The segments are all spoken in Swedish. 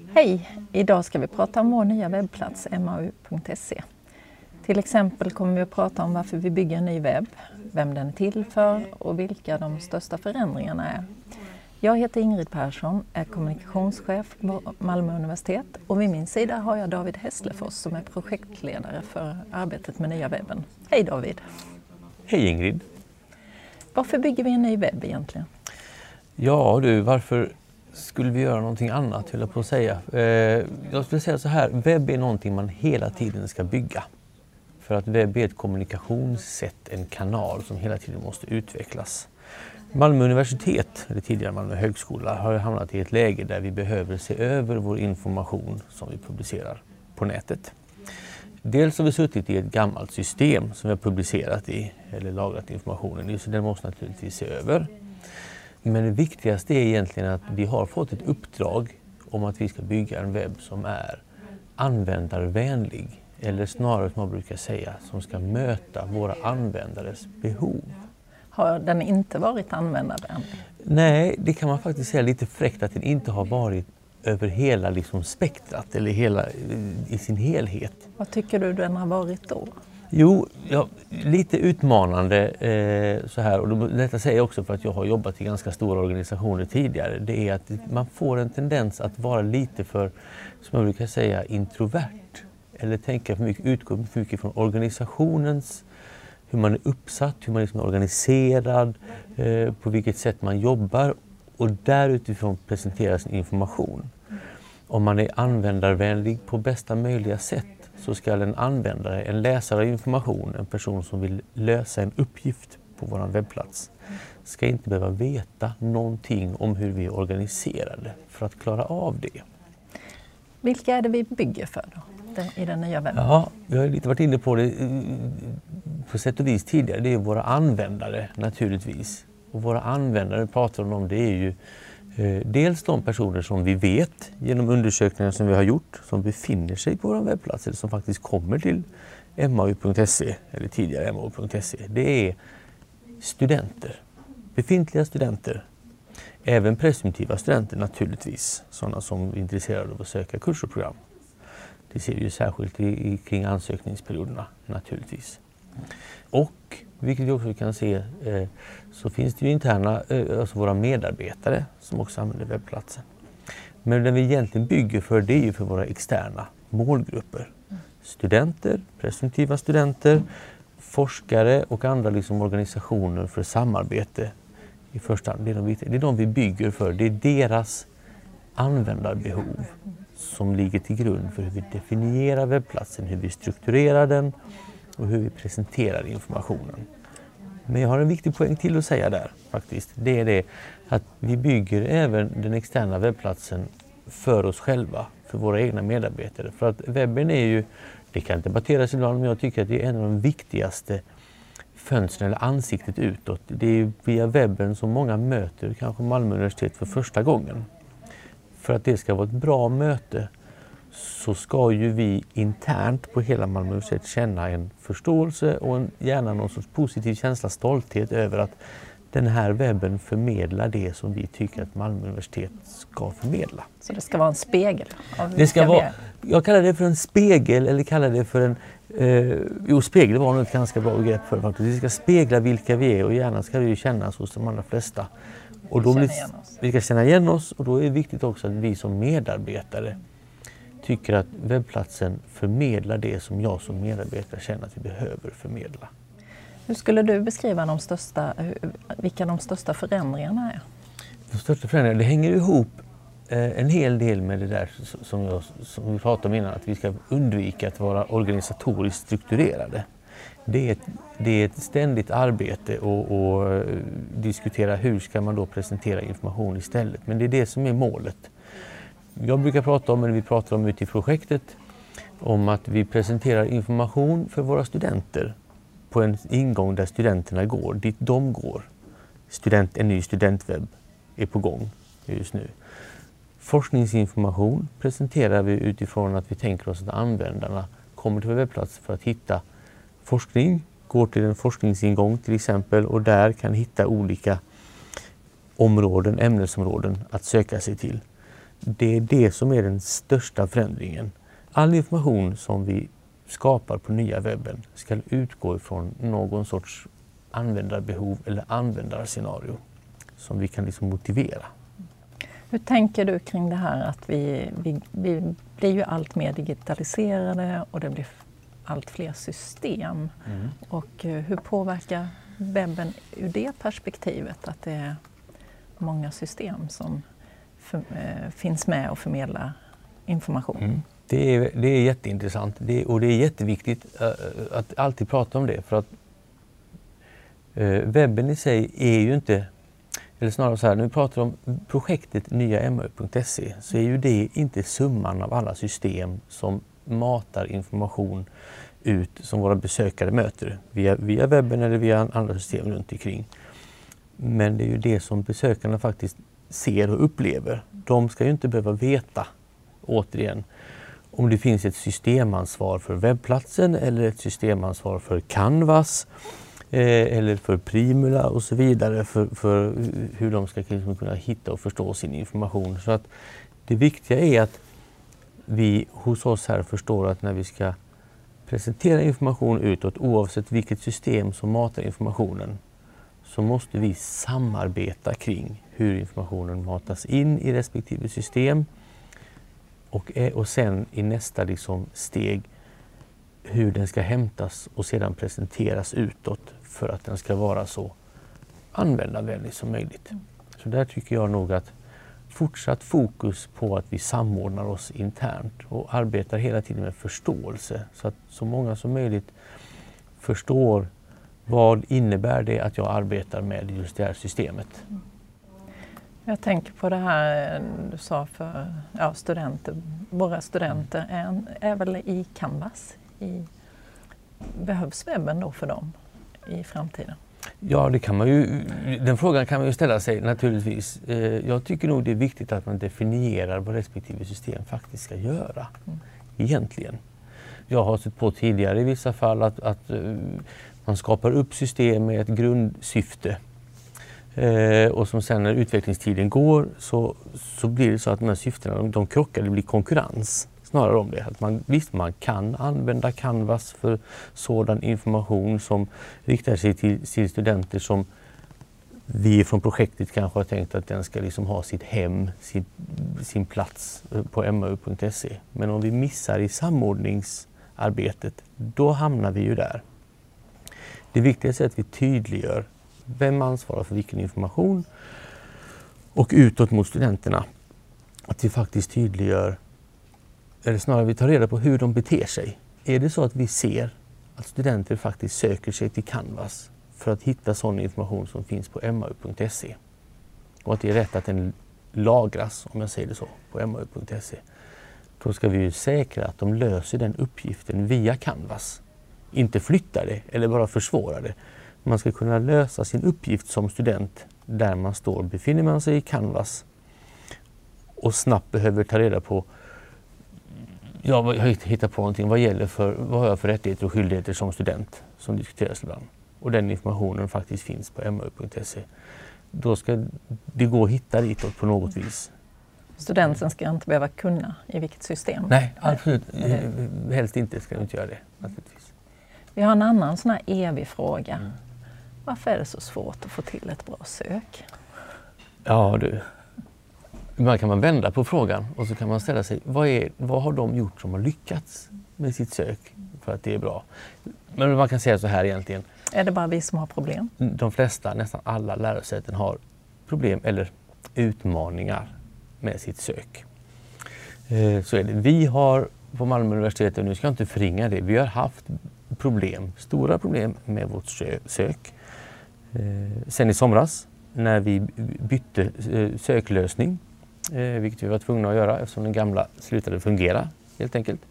Hej! Idag ska vi prata om vår nya webbplats mau.se. Till exempel kommer vi att prata om varför vi bygger en ny webb, vem den är till för och vilka de största förändringarna är. Jag heter Ingrid Persson, är kommunikationschef på Malmö universitet och vid min sida har jag David Hässlefors som är projektledare för arbetet med nya webben. Hej David! Hej Ingrid! Varför bygger vi en ny webb egentligen? Ja du, varför skulle vi göra någonting annat, höll jag på att säga. Jag skulle säga så här, webb är någonting man hela tiden ska bygga. För att webb är ett kommunikationssätt, en kanal som hela tiden måste utvecklas. Malmö universitet, eller tidigare Malmö högskola, har hamnat i ett läge där vi behöver se över vår information som vi publicerar på nätet. Dels har vi suttit i ett gammalt system som vi har publicerat i, eller lagrat informationen i, så det måste naturligtvis se över. Men det viktigaste är egentligen att vi har fått ett uppdrag om att vi ska bygga en webb som är användarvänlig. Eller snarare som man brukar säga, som ska möta våra användares behov. Har den inte varit användarvänlig? Nej, det kan man faktiskt säga lite fräckt att den inte har varit över hela spektrat eller i sin helhet. Vad tycker du den har varit då? Jo, lite utmanande så här, och detta säger jag också för att jag har jobbat i ganska stora organisationer tidigare. Det är att man får en tendens att vara lite för, som jag brukar säga, introvert. Eller tänka för mycket, utgå för mycket från organisationens, hur man är uppsatt, hur man är organiserad, på vilket sätt man jobbar och därutifrån presentera sin information. Om man är användarvänlig på bästa möjliga sätt så ska en användare, en läsare av information, en person som vill lösa en uppgift på vår webbplats, ska inte behöva veta någonting om hur vi är organiserade för att klara av det. Vilka är det vi bygger för då? I den nya webben? Ja, vi har lite varit inne på det på sätt och vis tidigare. Det är våra användare naturligtvis. Och våra användare pratar om det är ju dels de personer som vi vet genom undersökningar som vi har gjort som befinner sig på vår webbplats eller som faktiskt kommer till mau.se eller tidigare mau.se. Det är studenter, befintliga studenter. Även presumtiva studenter naturligtvis, sådana som är intresserade av att söka kurs och program. Det ser vi ju särskilt kring ansökningsperioderna naturligtvis. Och vilket vi också kan se så finns det ju interna, alltså våra medarbetare som också använder webbplatsen. Men det vi egentligen bygger för det är ju för våra externa målgrupper. Studenter, presumtiva studenter, forskare och andra organisationer för samarbete i första hand. Det är de vi bygger för, det är deras användarbehov som ligger till grund för hur vi definierar webbplatsen, hur vi strukturerar den och hur vi presenterar informationen. Men jag har en viktig poäng till att säga där faktiskt. Det är det att vi bygger även den externa webbplatsen för oss själva, för våra egna medarbetare. För att webben är ju, det kan debatteras ibland, men jag tycker att det är en av de viktigaste fönstren eller ansiktet utåt. Det är via webben som många möter kanske Malmö universitet för första gången. För att det ska vara ett bra möte så ska ju vi internt på hela Malmö universitet känna en förståelse och gärna någon sorts positiv känsla, stolthet över att den här webben förmedlar det som vi tycker att Malmö universitet ska förmedla. Så det ska vara en spegel? Det ska vara, jag kallar det för en spegel eller kallar det för en... spegel var nog ett ganska bra begrepp för faktiskt. Vi ska spegla vilka vi är och gärna ska vi ju kännas hos de allra flesta. Och då vi ska känna igen oss och då är det viktigt också att vi som medarbetare tycker att webbplatsen förmedlar det som jag som medarbetare känner att vi behöver förmedla. Hur skulle du beskriva vilka de största förändringarna är? De största förändringarna, det hänger ihop en hel del med det där som vi pratade om innan, att vi ska undvika att vara organisatoriskt strukturerade. Det är ett ständigt arbete och diskutera hur ska man då presentera information istället. Men det är det som är målet. Jag brukar prata om, eller vi pratar om ute i projektet, om att vi presenterar information för våra studenter på en ingång där studenterna går, dit de går. En ny studentwebb är på gång just nu. Forskningsinformation presenterar vi utifrån att vi tänker oss att användarna kommer till vår webbplats för att hitta forskning, går till en forskningsingång till exempel och där kan hitta olika områden, ämnesområden att söka sig till. det är det som är den största förändringen. All information som vi skapar på nya webben ska utgå ifrån någon sorts användarbehov eller användarscenario som vi kan liksom motivera. Hur tänker du kring det här att vi blir ju allt mer digitaliserade och det blir allt fler system? Och hur påverkar webben ur det perspektivet att det är många system som finns med och förmedlar information? Det är jätteintressant och det är jätteviktigt att alltid prata om det, för att webben i sig är ju inte, eller snarare så här, när vi pratar om projektet nya.ma.se så är ju det inte summan av alla system som matar information ut som våra besökare möter via webben eller via andra system runt omkring. Men det är ju det som besökarna faktiskt ser och upplever. De ska ju inte behöva veta, återigen, om det finns ett systemansvar för webbplatsen eller ett systemansvar för Canvas eller för Primula och så vidare för hur de ska kunna hitta och förstå sin information. Så att det viktiga är att vi hos oss här förstår att när vi ska presentera information utåt, oavsett vilket system som matar informationen, så måste vi samarbeta kring hur informationen matas in i respektive system och sen i nästa steg hur den ska hämtas och sedan presenteras utåt för att den ska vara så användarvänlig som möjligt. Så där tycker jag nog att fortsatt fokus på att vi samordnar oss internt och arbetar hela tiden med förståelse så att så många som möjligt förstår vad innebär det att jag arbetar med just det här systemet. Jag tänker på det här du sa för studenter. Våra studenter är väl i Canvas. Behövs webben då för dem i framtiden? Ja, den frågan kan man ju ställa sig naturligtvis. Jag tycker nog det är viktigt att man definierar vad respektive system faktiskt ska göra egentligen. Jag har sett på tidigare i vissa fall att man skapar upp system med ett grundsyfte. Och som sen när utvecklingstiden går så blir det så att de här syftena de krockar, det blir konkurrens snarare om det. Att man kan använda Canvas för sådan information som riktar sig till studenter som vi från projektet kanske har tänkt att den ska ha sitt hem, sin plats på ma.se. Men om vi missar i samordningsarbetet, då hamnar vi ju där. Det viktigaste är att vi tydliggör vem ansvarar för vilken information och utåt mot studenterna. Att vi faktiskt tydliggör, eller snarare vi tar reda på hur de beter sig. Är det så att vi ser att studenter faktiskt söker sig till Canvas för att hitta sån information som finns på ma.se och att det är rätt att den lagras, om jag säger det så, på ma.se, då ska vi ju säkra att de löser den uppgiften via Canvas. Inte flyttar det eller bara försvårar det. Man ska kunna lösa sin uppgift som student där man står. Befinner man sig i Canvas och snabbt behöver ta reda på, jag hittar på någonting, vad har jag för rättigheter och skyldigheter som student som diskuteras ibland. Och den informationen faktiskt finns på ma.se. Då ska det gå att hitta ditåt på något vis. Studenten ska inte behöva kunna i vilket system? Nej, absolut. Helst inte ska du inte göra det, naturligtvis. Vi har en annan sån här evig fråga. Varför är det så svårt att få till ett bra sök? Ja du, ibland kan man vända på frågan och så kan man ställa sig, vad har de gjort som har lyckats med sitt sök för att det är bra? Men man kan säga så här egentligen. Är det bara vi som har problem? De flesta, nästan alla lärosäten har problem eller utmaningar med sitt sök. Så är det. Vi har på Malmö universitet, och nu ska jag inte förringa det, vi har haft stora problem med vårt sök. Sen i somras när vi bytte söklösning, vilket vi var tvungna att göra eftersom den gamla slutade fungera helt enkelt.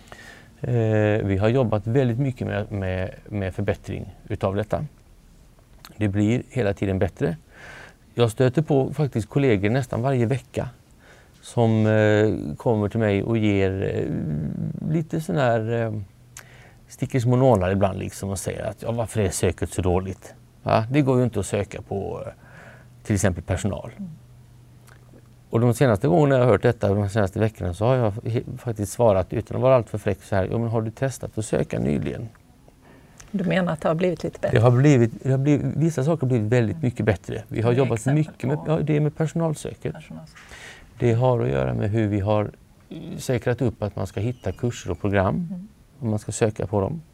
Vi har jobbat väldigt mycket med förbättring utav detta. Det blir hela tiden bättre. Jag stöter på faktiskt kollegor nästan varje vecka som kommer till mig och ger lite sån här sticker små nålar ibland och säger att varför är söket så dåligt? Ja, det går ju inte att söka på till exempel personal. Och de senaste gångerna jag har hört detta, de senaste veckorna, så har jag faktiskt svarat utan att vara alltför fräck så här: ja, men har du testat att söka nyligen? Du menar att det har blivit lite bättre? Vissa saker har blivit väldigt mycket bättre. Vi har jobbat mycket med personalsöket. Det har att göra med hur vi har säkrat upp att man ska hitta kurser och program om man ska söka på dem.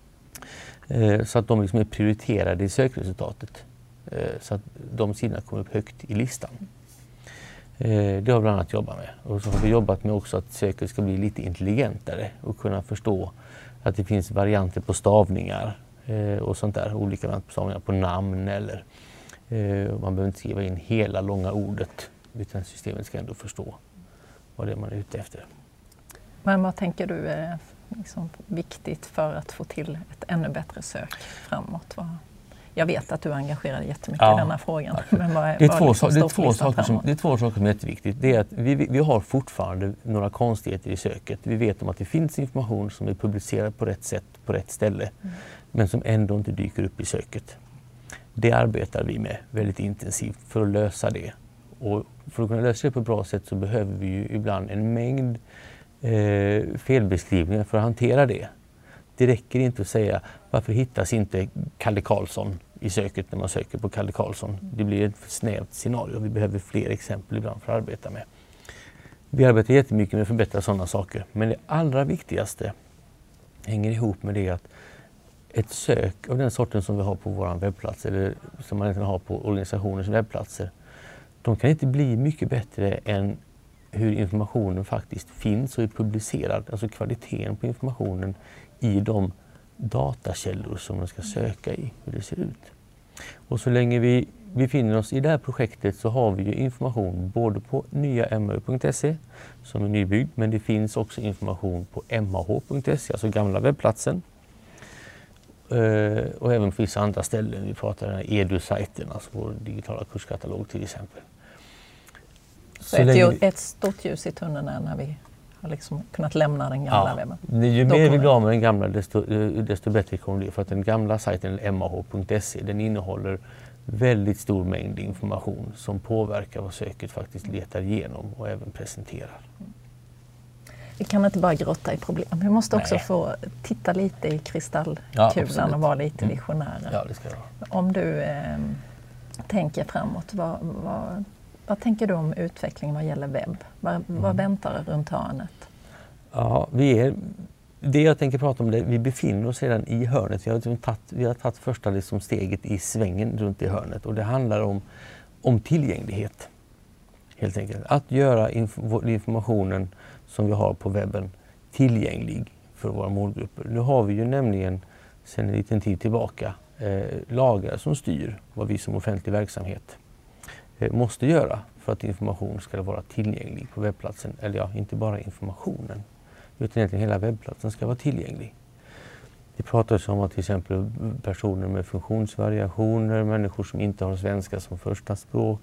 Så att de liksom är prioriterade i sökresultatet. Så att de sidorna kommer upp högt i listan. Det har vi bland annat jobbat med. Och så har vi jobbat med också att söket ska bli lite intelligentare och kunna förstå att det finns varianter på stavningar och sånt där. Olika varianter på stavningar på namn eller man behöver inte skriva in hela långa ordet, utan systemet ska ändå förstå vad det är man är ute efter. Men vad tänker du är liksom viktigt för att få till ett ännu bättre sök framåt? Jag vet att du engagerar dig jättemycket i denna frågan. Men Det är två saker som är jätteviktigt. Det är att vi har fortfarande några konstigheter i söket. Vi vet om att det finns information som är publicerad på rätt sätt, på rätt ställe, men som ändå inte dyker upp i söket. Det arbetar vi med väldigt intensivt för att lösa det. Och för att kunna lösa det på ett bra sätt så behöver vi ju ibland en mängd felbeskrivningar för att hantera det. Det räcker inte att säga varför hittas inte Kalle Karlsson i söket när man söker på Kalle Karlsson. Det blir ett snävt scenario. Vi behöver fler exempel ibland för att arbeta med. Vi arbetar jättemycket med att förbättra sådana saker. Men det allra viktigaste hänger ihop med det att ett sök av den sorten som vi har på vår webbplats eller som man har på organisationers webbplatser, de kan inte bli mycket bättre än hur informationen faktiskt finns och är publicerad. Alltså kvaliteten på informationen i de datakällor som man ska söka i, hur det ser ut. Och så länge vi befinner oss i det här projektet så har vi ju information både på nya.mau.se som är nybyggd, men det finns också information på mah.se, alltså gamla webbplatsen. Och även på vissa andra ställen. Vi pratar om edu-sajten, alltså vår digitala kurskatalog till exempel. Så ett stort ljus i tunneln är när vi har liksom kunnat lämna den gamla webben. Ju mer vi blir av med den gamla desto bättre kommer det bli. För att den gamla sajten mah.se den innehåller väldigt stor mängd information som påverkar vad söket faktiskt letar igenom och även presenterar. Vi kan inte bara grotta i problem. Vi måste också få titta lite i kristallkulan och vara lite visionära. Ja, det ska jag. Om du tänker framåt, vad tänker du om utvecklingen vad gäller webb? Vad väntar runt hörnet? Ja, det jag tänker prata om, vi befinner oss redan i hörnet. Vi har tagit första liksom steget i svängen runt i hörnet och det handlar om tillgänglighet. Helt enkelt. Att göra informationen som vi har på webben tillgänglig för våra målgrupper. Nu har vi ju nämligen sedan en liten tid tillbaka lagar som styr vad vi som offentlig verksamhet måste göra för att information ska vara tillgänglig på webbplatsen. Eller ja, inte bara informationen utan egentligen hela webbplatsen ska vara tillgänglig. Det pratas om att till exempel personer med funktionsvariationer, människor som inte har svenska som första språk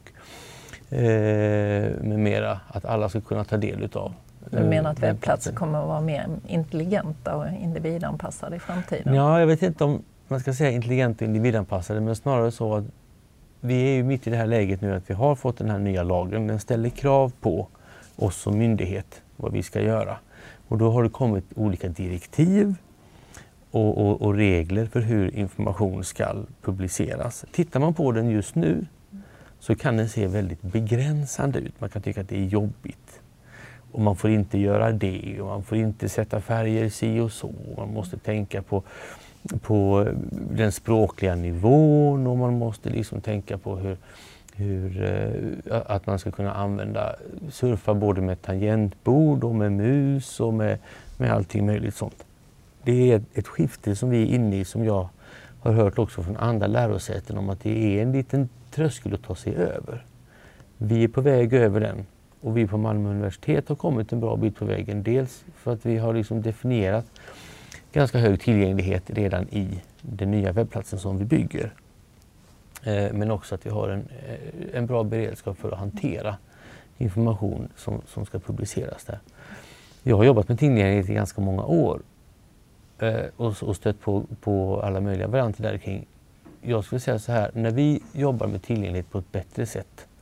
med mera, att alla ska kunna ta del utav. Du menar att webbplatser kommer att vara mer intelligenta och individanpassade i framtiden? Ja, jag vet inte om man ska säga intelligenta och individanpassade, men snarare så att vi är ju mitt i det här läget nu att vi har fått den här nya lagen. Den ställer krav på oss som myndighet vad vi ska göra. Och då har det kommit olika direktiv och regler för hur information ska publiceras. Tittar man på den just nu så kan den se väldigt begränsande ut. Man kan tycka att det är jobbigt. Och man får inte göra det och man får inte sätta färger si och så. Man måste tänka på den språkliga nivån och man måste liksom tänka på att man ska kunna surfa både med tangentbord och med mus och med allting möjligt sånt. Det är ett skifte som vi är inne i som jag har hört också från andra lärosäten om att det är en liten tröskel att ta sig över. Vi är på väg över den och vi på Malmö universitet har kommit en bra bit på vägen. Dels för att vi har liksom definierat ganska hög tillgänglighet redan i den nya webbplatsen som vi bygger. Men också att vi har en bra beredskap för att hantera information som ska publiceras där. Jag har jobbat med tillgänglighet i ganska många år och stött på alla möjliga varianter där kring. Jag skulle säga så här, när vi jobbar med tillgänglighet på ett bättre sätt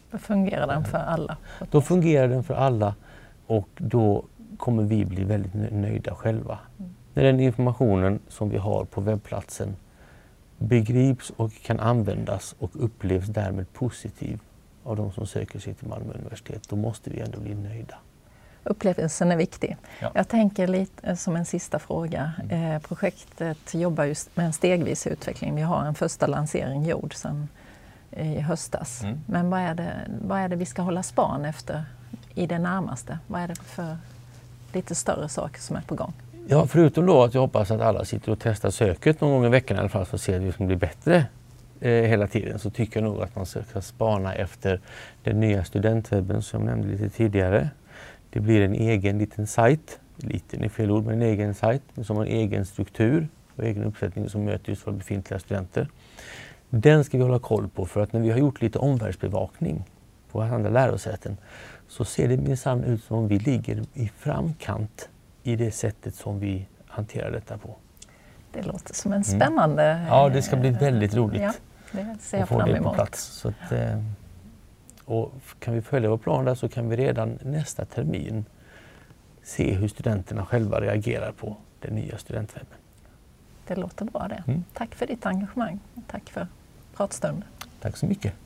Då fungerar den för alla. Då fungerar den för alla och då kommer vi bli väldigt nöjda själva. När den informationen som vi har på webbplatsen begrips och kan användas och upplevs därmed positiv av de som söker sig till Malmö universitet, då måste vi ändå bli nöjda. Upplevelsen är viktig. Ja. Jag tänker lite som en sista fråga. Projektet jobbar just med en stegvis utveckling. Vi har en första lansering gjord sedan i höstas. Men vad är det vi ska hålla span efter i det närmaste? Vad är det för lite större saker som är på gång? Ja, förutom då att jag hoppas att alla sitter och testar söket någon gång i veckan i alla fall för att se att vi ska bli bättre hela tiden, så tycker jag nog att man ska spana efter den nya studentwebben som jag nämnde lite tidigare. Det blir en egen liten sajt, liten är fel ord, men en egen sajt som har en egen struktur och egen uppsättning som möter just våra befintliga studenter. Den ska vi hålla koll på, för att när vi har gjort lite omvärldsbevakning på andra lärosäten så ser det minsann ut som om vi ligger i framkant i det sättet som vi hanterar detta på. Det låter som en spännande... Ja, det ska bli väldigt roligt. Ja, det ser jag att få fram det på emot. plats. Så att, och kan vi följa vår plan där så kan vi redan nästa termin se hur studenterna själva reagerar på den nya studentwebben. Det låter bra det. Tack för ditt engagemang. Tack för pratstunden. Tack så mycket.